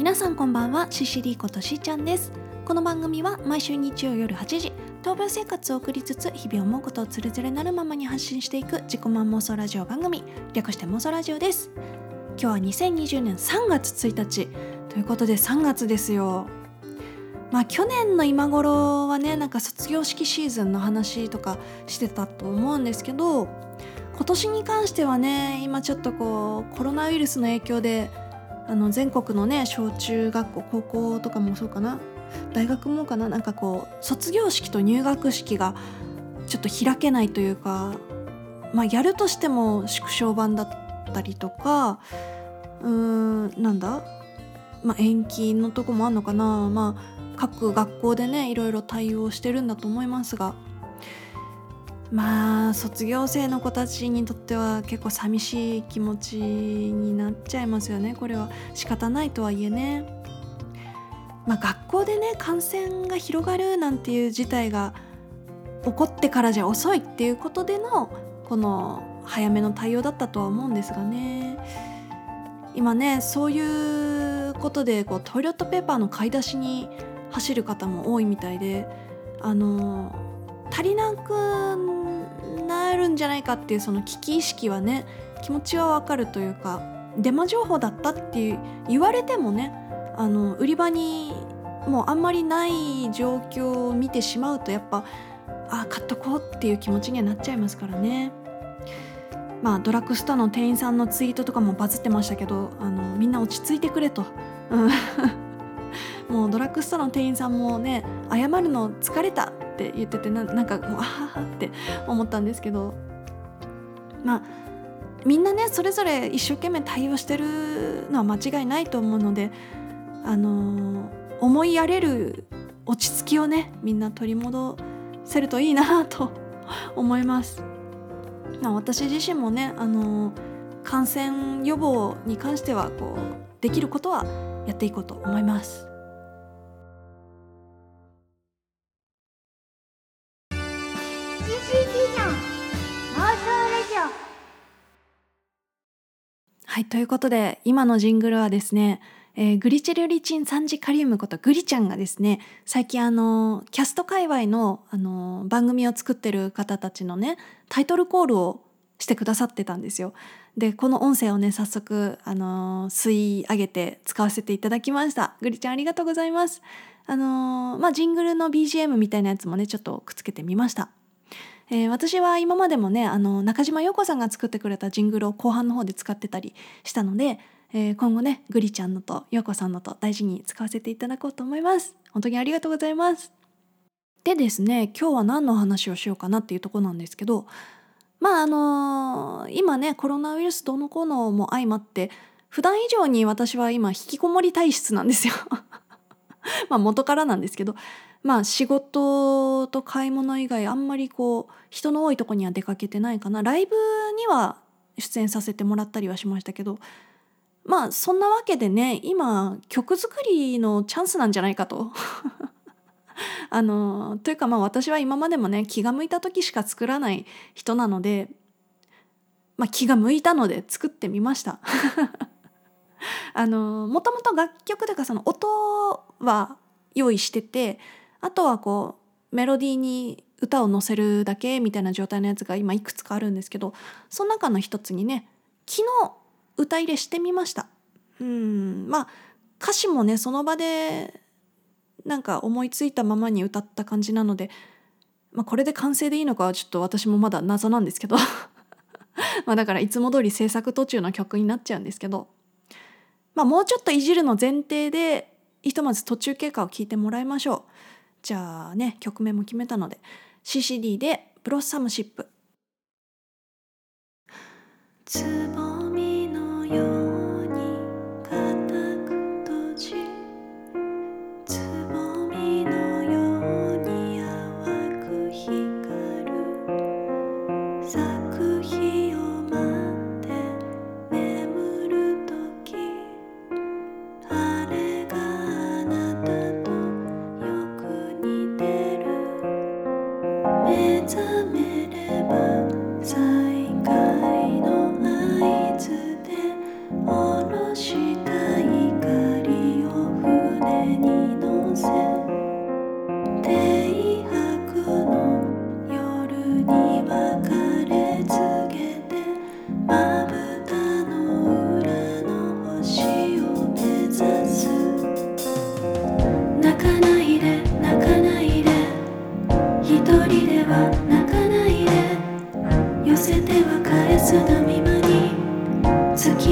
皆さんこんばんは、シシリーことしーちゃんです。この番組は毎週日曜夜8時、闘病生活を送りつつ日々思うことをつれづれなるままに発信していく自己満妄想ラジオ番組、略して妄想ラジオです。今日は2020年3月1日ということで3月ですよ。去年の今頃はね、卒業式シーズンの話とかしてたと思うんですけど、今年に関してはね、今ちょっとコロナウイルスの影響で全国のね、小中学校高校とかもそうかな、大学もかな、卒業式と入学式がちょっと開けないというか、やるとしても縮小版だったりとか、延期のとこもあんのかな。各学校でね、いろいろ対応してるんだと思いますが、卒業生の子たちにとっては結構寂しい気持ちになっちゃいますよね。これは仕方ないとはいえね、学校でね、感染が広がるなんていう事態が起こってからじゃ遅いっていうことでのこの早めの対応だったとは思うんですがね。今ね、そういうことでトイレットペーパーの買い出しに走る方も多いみたいで、足りなくなるんじゃないかっていうその危機意識はね、気持ちはわかるというか、デマ情報だったって言われてもね、売り場にもうあんまりない状況を見てしまうと、やっぱ買っとこうっていう気持ちにはなっちゃいますからね。ドラッグストアの店員さんのツイートとかもバズってましたけど、みんな落ち着いてくれと、もうドラッグストアの店員さんもね、謝るの疲れたって言ってて、もうあははって思ったんですけど、みんなね、それぞれ一生懸命対応してるのは間違いないと思うので、思いやれる落ち着きをね、みんな取り戻せるといいなと思います。私自身もね、感染予防に関してはできることはやっていこうと思います。 CCT の妄想ラジはい、ということで今のジングルはですね、グリチルリチン酸ジカリウムことグリちゃんがですね、最近キャスト界隈の、番組を作ってる方たちのね、タイトルコールをしてくださってたんですよ。で、この音声をね、早速吸い上げて使わせていただきました。グリちゃんありがとうございます。ジングルの BGM みたいなやつもね、ちょっとくっつけてみました。私は今までもね、中島陽子さんが作ってくれたジングルを後半の方で使ってたりしたので、今後ね、グリちゃんのと陽子さんのと大事に使わせていただこうと思います。本当にありがとうございます。でですね、今日は何の話をしようかなっていうところなんですけど、今ね、コロナウイルスどうのこうのも相まって、普段以上に私は今引きこもり体質なんですよ。元からなんですけど、仕事と買い物以外あんまり人の多いとこには出かけてないかな。ライブには出演させてもらったりはしましたけど、そんなわけでね、今曲作りのチャンスなんじゃないかとというか私は今までもね、気が向いた時しか作らない人なので、気が向いたので作ってみました。もともと楽曲というかその音は用意してて、あとはメロディーに歌を乗せるだけみたいな状態のやつが今いくつかあるんですけど、その中の一つにね、昨日歌入れしてみました。歌詞もね、その場で思いついたままに歌った感じなので、これで完成でいいのかはちょっと私もまだ謎なんですけどだからいつも通り制作途中の曲になっちゃうんですけど、もうちょっといじるの前提でひとまず途中経過を聞いてもらいましょう。じゃあね、曲名も決めたので CCD でブロッサムシップ。つぼみのように固く閉じ、つぼみのように淡く光る、咲く日を待って眠るとき、あれがあなたとよく似てる。目覚めれば再会の合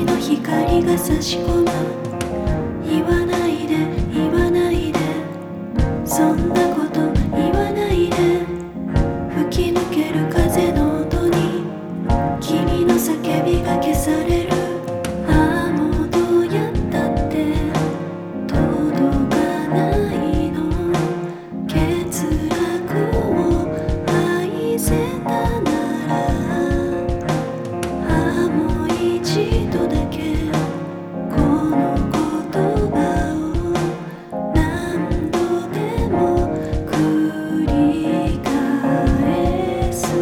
月の光が差し込む。言わないで言わないで、そんなこと言わないで。吹き抜ける風の音に君の叫びが消される。ああもうどうやったって届かないの。欠落を愛せたなら、ああもう一度だけこの言葉を何度でも繰り返す。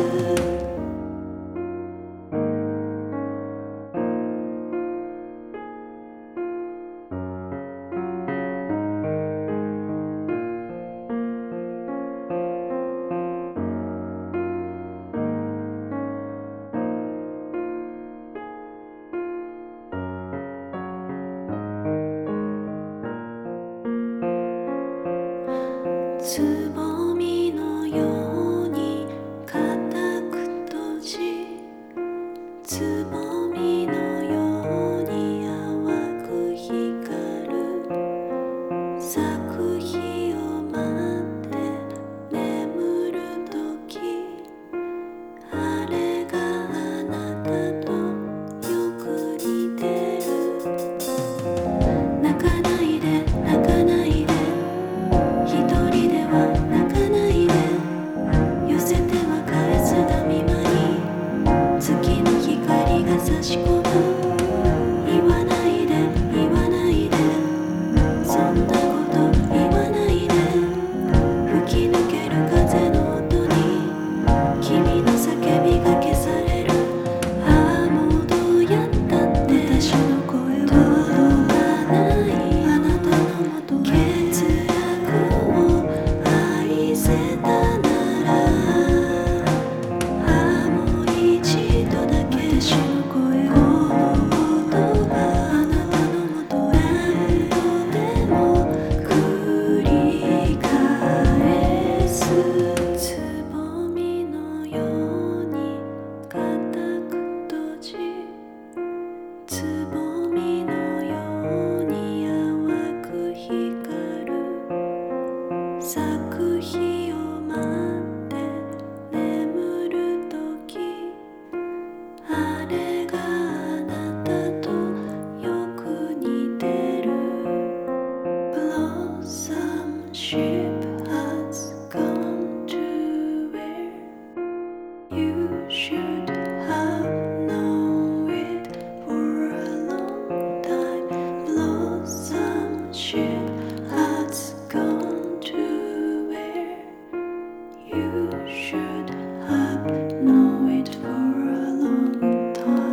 つぼみのように固く閉じ、つぼみのように淡く光る。咲く日を待って眠るとき、あれがあなたとよく似てる。泣かないで泣かないで、一人では泣かないで。寄せては返す波間に月の光が差し込む。言わないで言わないで、そんなこと言わないで。吹き抜ける風の音に君の叫びが消される。ああもうどうやったって私の声は届かない。あなたのもとへ欠落を愛せたなら、ああもう一度だけ私の声をこの言葉あなたのもとへ何度でも繰り返す。つぼみのように固く閉じ、つぼみのように淡く光る。咲く日を待って眠るとき、あれがあなたとよく似てる。Blossom ship has gone to where you should have known it for a long time. Blossom ship has gone to where you should have known it for a long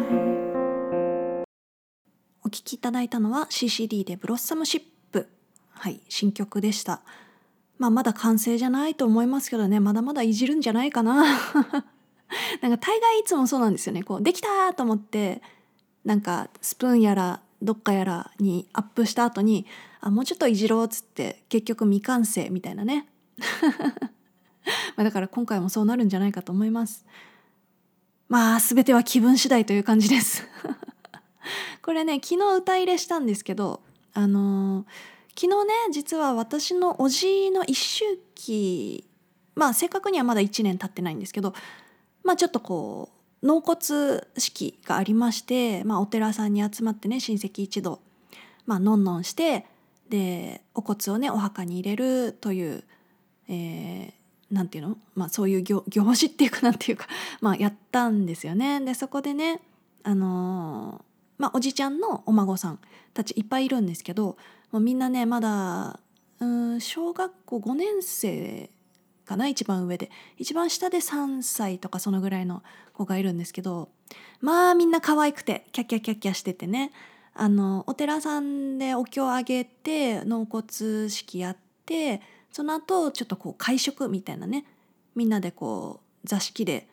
time. お聴きいただいたのは CCD でブロッサムシップ、はい、新曲でした。まだ完成じゃないと思いますけどね、まだまだいじるんじゃないかななんか大概いつもそうなんですよね。こうできたと思ってなんかスプーンやらどっかやらにアップした後にもうちょっといじろうっつって結局未完成みたいなねだから今回もそうなるんじゃないかと思います。全ては気分次第という感じですこれね、昨日歌入れしたんですけど、昨日ね、実は私のおじの一周忌、正確にはまだ1年経ってないんですけど、ちょっとこう納骨式がありまして、お寺さんに集まってね、親戚一同のんのんして、でお骨をねお墓に入れるという、なんていうの、そういう行事っていうかなんていうかやったんですよね。でそこでね、おじちゃんのお孫さんたちいっぱいいるんですけど、もうみんなねまだ小学校5年生かな、一番上で。一番下で3歳とかそのぐらいの子がいるんですけど、みんな可愛くてキャッキャキャッキャしててね、お寺さんでお経をあげて納骨式やって、その後ちょっとこう会食みたいなね、みんなでこう座敷で、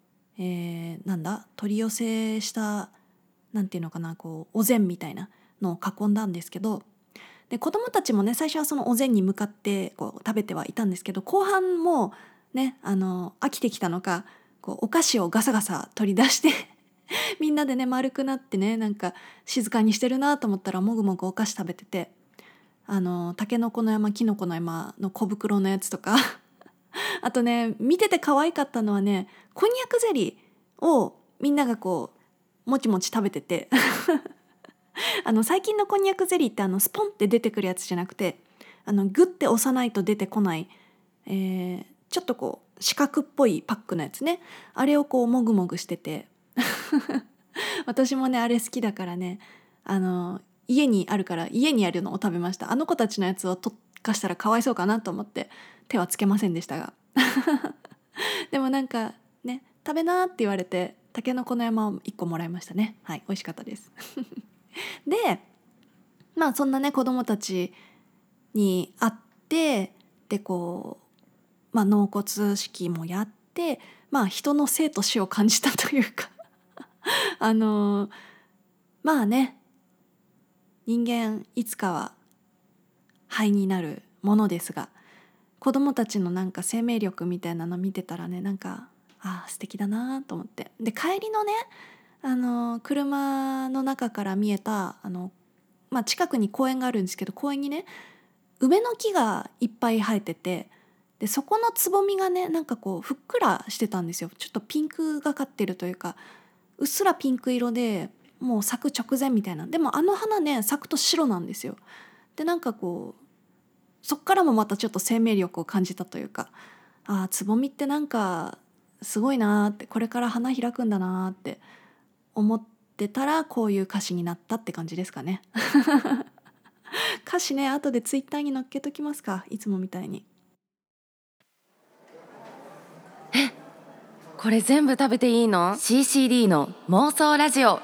取り寄せしたなんていうのかな、こうお膳みたいなのを囲んだんですけど、で子供たちもね最初はそのお膳に向かってこう食べてはいたんですけど、後半もうね飽きてきたのか、こうお菓子をガサガサ取り出してみんなでね丸くなってね、なんか静かにしてるなと思ったらもぐもぐお菓子食べてて、タケノコの山キノコの山の小袋のやつとかあとね見てて可愛かったのはね、こんにゃくゼリーをみんながこうもちもち食べてて最近のこんにゃくゼリーってスポンって出てくるやつじゃなくて、グッて押さないと出てこない、ちょっとこう四角っぽいパックのやつね、あれをこうもぐもぐしてて私もねあれ好きだからね、家にあるから家にあるのを食べました。あの子たちのやつをとかしたらかわいそうかなと思って手はつけませんでしたがでもなんかね、食べなって言われてタケノコの山を1個もらいましたね。はい、美味しかったですでまあそんなね子供たちに会って、でこう、納骨式もやって、人の生と死を感じたというかまあね、人間いつかは灰になるものですが、子供たちのなんか生命力みたいなの見てたらね、なんか素敵だなと思って、で帰りのね車の中から見えた近くに公園があるんですけど、公園にね梅の木がいっぱい生えてて、でそこのつぼみがねなんかこうふっくらしてたんですよ。ちょっとピンクがかってるというか、うっすらピンク色でもう咲く直前みたいな。でも花ね咲くと白なんですよ。でなんかこうそっからもまたちょっと生命力を感じたというか、つぼみってなんかすごいなって、これから花開くんだなって思ってたら、こういう歌詞になったって感じですかね歌詞ね後でツイッターに載っけときますか、いつもみたいに。 これ全部食べていいの？ CCD の妄想ラジオ。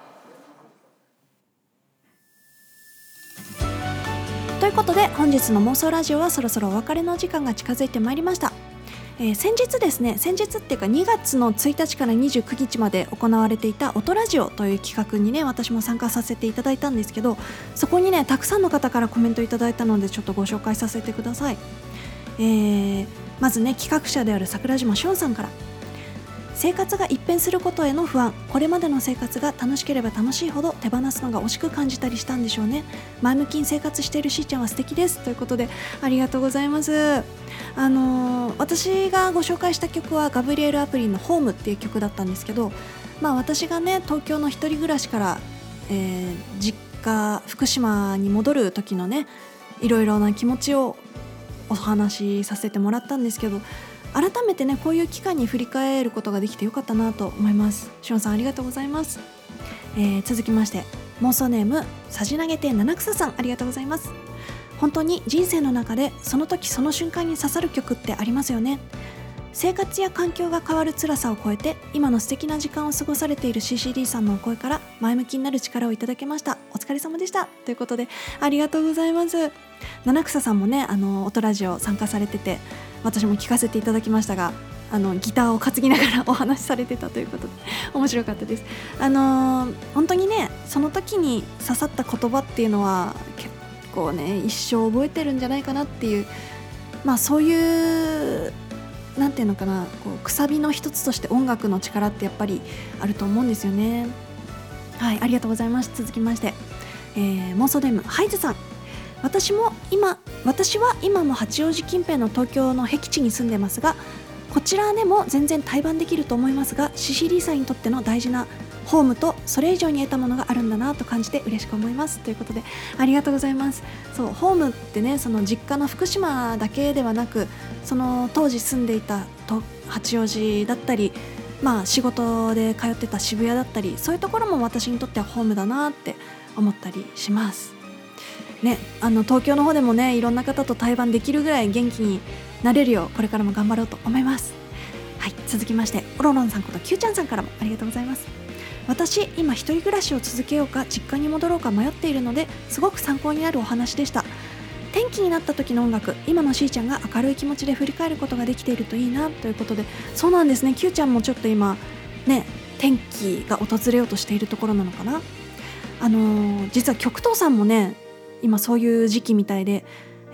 ということで本日の妄想ラジオはそろそろお別れの時間が近づいてまいりました。先日っていうか2月の1日から29日まで行われていた音ラジオという企画にね私も参加させていただいたんですけど、そこにねたくさんの方からコメントいただいたのでちょっとご紹介させてください。まずね企画者である桜島しおんさんから、生活が一変することへの不安、これまでの生活が楽しければ楽しいほど手放すのが惜しく感じたりしたんでしょうね。前向きに生活しているしーちゃんは素敵ですということで、ありがとうございます。私がご紹介した曲はガブリエル・アプリのホームっていう曲だったんですけど、私がね東京の一人暮らしから、実家福島に戻る時のねいろいろな気持ちをお話しさせてもらったんですけど、改めてねこういう期間に振り返ることができてよかったなと思います。しおんさんありがとうございます。続きまして妄想ネームさじ投げて七草さん、ありがとうございます。本当に人生の中でその時その瞬間に刺さる曲ってありますよね。生活や環境が変わる辛さを超えて今の素敵な時間を過ごされている CCD さんのお声から前向きになる力をいただけました。お疲れ様でしたということでありがとうございます。七草さんもね音ラジオ参加されてて、私も聞かせていただきましたが、ギターを担ぎながらお話しされてたということで面白かったです。本当にねその時に刺さった言葉っていうのは結構ね一生覚えてるんじゃないかなっていう、そういうなんていうのかな、こうくさびの一つとして音楽の力ってやっぱりあると思うんですよね。はい、ありがとうございます。続きまして、妄想ネームハイズさん、私は今も八王子近辺の東京の僻地に住んでますが、こちらでも全然対バンできると思いますが、シシリーさんにとっての大事なホームとそれ以上に得たものがあるんだなと感じて嬉しく思いますということでありがとうございます。そう、ホームってねその実家の福島だけではなく、その当時住んでいた八王子だったり、仕事で通ってた渋谷だったり、そういうところも私にとってはホームだなって思ったりしますね。東京の方でもねいろんな方と対バンできるぐらい元気になれるようこれからも頑張ろうと思います。はい、続きましてオロロンさんことキューちゃんさんからもありがとうございます。私今一人暮らしを続けようか実家に戻ろうか迷っているのですごく参考になるお話でした。転機になった時の音楽、今のしーちゃんが明るい気持ちで振り返ることができているといいなということで、そうなんですね。キューちゃんもちょっと今ね転機が訪れようとしているところなのかな。実は極東さんもね今そういう時期みたいで、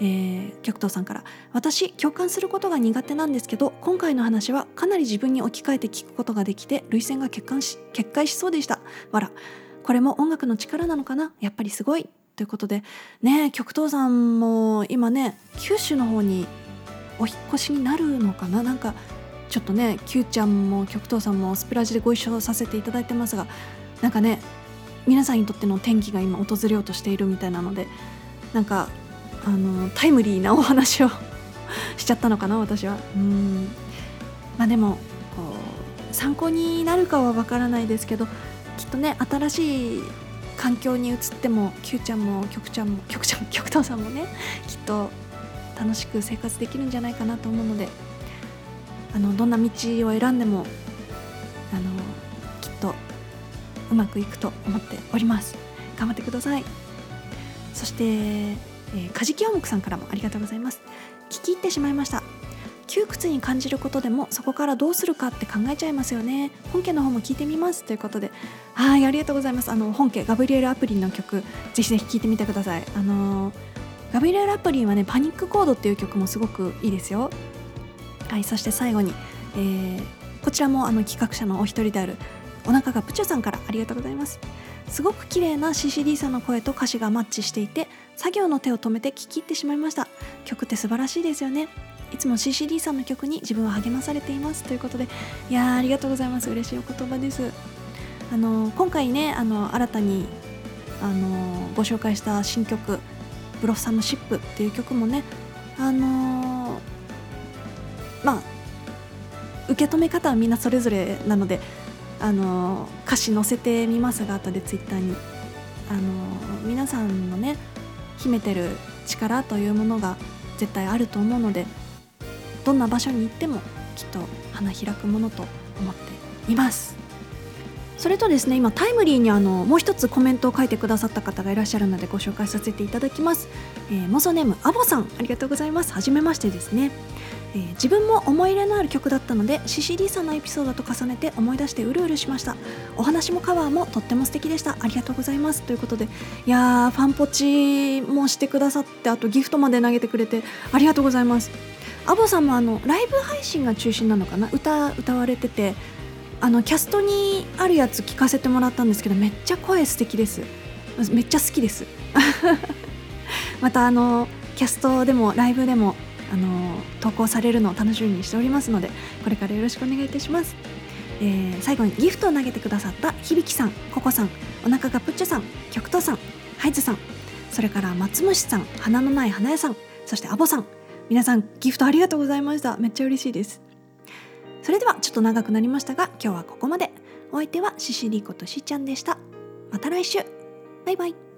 極東さんから、私共感することが苦手なんですけど、今回の話はかなり自分に置き換えて聞くことができて、涙腺が決壊しそうでした。わら。これも音楽の力なのかな、やっぱりすごいということでね。極東さんも今ね九州の方にお引っ越しになるのかな。なんかちょっとね、Qちゃんも極東さんもスプラジでご一緒させていただいてますが、なんかね皆さんにとっての転機が今訪れようとしているみたいなので、なんかタイムリーなお話をしちゃったのかな、私は。まあでもこう参考になるかはわからないですけど、きっとね新しい環境に移っても Q ちゃんも極東さんもねきっと楽しく生活できるんじゃないかなと思うので、どんな道を選んでもきっとうまくいくと思っております。頑張ってください。そしてカジキオムクさんからもありがとうございます。聞き入ってしまいました。窮屈に感じることでもそこからどうするかって考えちゃいますよね。本家の方も聞いてみますということで、はい、ありがとうございます。本家ガブリエル・アプリンの曲ぜひぜひ聞いてみてください。ガブリエル・アプリンはねパニックコードっていう曲もすごくいいですよ。はい、そして最後に、こちらも企画者のお一人であるお腹がプチョさんからありがとうございます。すごく綺麗な CCD さんの声と歌詞がマッチしていて、作業の手を止めて聴き入ってしまいました。曲って素晴らしいですよね。いつも CCD さんの曲に自分は励まされていますということで、いやーありがとうございます。嬉しいお言葉です。今回ね新たにご紹介した新曲ブロッサムシップっていう曲もねまあ受け止め方はみんなそれぞれなので歌詞載せてみますが、後でツイッターに皆さんのね秘めてる力というものが絶対あると思うので、どんな場所に行ってもきっと花開くものと思っています。それとですね、今タイムリーにもう一つコメントを書いてくださった方がいらっしゃるのでご紹介させていただきます。妄想ネームアボさん、ありがとうございます。はじめましてですね。自分も思い入れのある曲だったので CCD さんのエピソードと重ねて思い出してうるうるしました。お話もカバーもとっても素敵でした。ありがとうございますということで、いやーファンポチもしてくださって、あとギフトまで投げてくれてありがとうございます。アボさんもライブ配信が中心なのかな、歌われててキャストにあるやつ聞かせてもらったんですけど、めっちゃ声素敵です。めっちゃ好きですまたキャストでもライブでも投稿されるのを楽しみにしておりますので、これからよろしくお願いいたします。最後にギフトを投げてくださった響さん、ココさん、お腹がプッチョさん、極東さん、ハイズさん、それから松虫さん、花のない花屋さん、そしてアボさん、皆さんギフトありがとうございました。めっちゃ嬉しいです。それではちょっと長くなりましたが、今日はここまで。お相手はシシリコとしーちゃんでした。また来週。バイバイ。